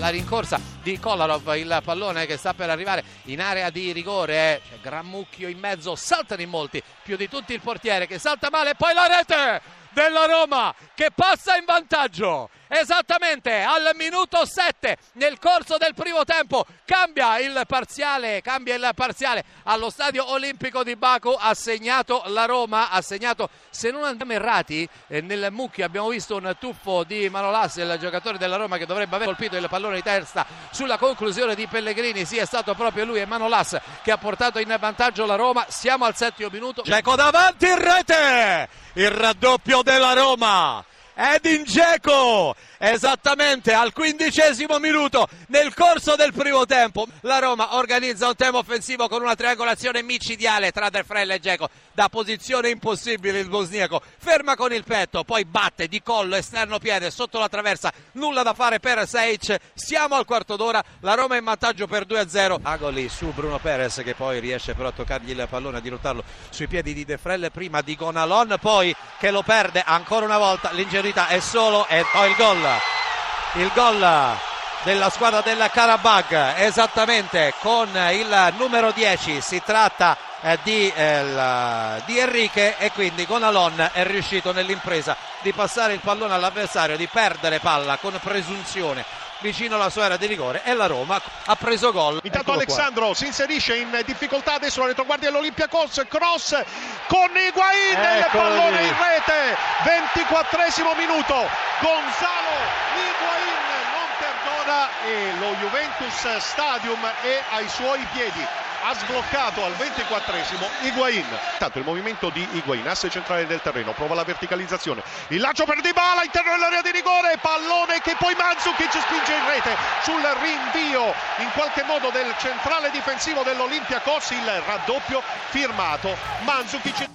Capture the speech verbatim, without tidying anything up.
la rincorsa di Kolarov, il pallone che sta per arrivare in area di rigore, c'è gran mucchio in mezzo, saltano in molti, più di tutti il portiere che salta male, e poi la rete della Roma che passa in vantaggio esattamente al minuto sette nel corso del primo tempo. Cambia il parziale, cambia il parziale allo stadio olimpico di Baku, ha segnato la Roma, ha segnato, se non andiamo errati, eh, nel mucchio abbiamo visto un tuffo di Manolas, il giocatore della Roma che dovrebbe aver colpito il pallone di testa sulla conclusione di Pellegrini. Sì, è stato proprio lui, e Manolas, che ha portato in vantaggio la Roma. Siamo al settimo minuto. Dzeko davanti in rete, il raddoppio della Roma. Edin Dzeko, esattamente al quindicesimo minuto nel corso del primo tempo. La Roma organizza un tema offensivo con una triangolazione micidiale tra De Vrij e Dzeko, da posizione impossibile il bosniaco, ferma con il petto, poi batte di collo, esterno piede sotto la traversa, nulla da fare per Sejc. Siamo al quarto d'ora, la Roma è in vantaggio per due a zero. Agoli su Bruno Perez, che poi riesce però a toccargli il pallone, a dirottarlo sui piedi di De Vrij, prima di Gonalon, poi che lo perde ancora una volta. L'ingenuità è solo, e poi il gol il gol della squadra del Karabag, esattamente con il numero dieci. Si tratta eh, di, eh, di Enrique, e quindi Gonalon è riuscito nell'impresa di passare il pallone all'avversario, di perdere palla con presunzione vicino alla sua area di rigore, e la Roma ha preso gol. Intanto Eccolo Alexandro qua. Si inserisce in difficoltà adesso la retroguardia dell'Olympiacos, cross con Higuaín, il pallone in rete, ventiquattresimo minuto, Gonzalo Higuaín non perdona e lo Juventus Stadium è ai suoi piedi. Ha sbloccato al ventiquattresimo Higuaín. Tanto il movimento di Higuaín, asse centrale del terreno, prova la verticalizzazione, il lancio per Dybala all'interno dell'area di rigore, pallone che poi Mandzukic spinge in rete sul rinvio in qualche modo del centrale difensivo dell'Olympiacos, il raddoppio firmato Mandzukic.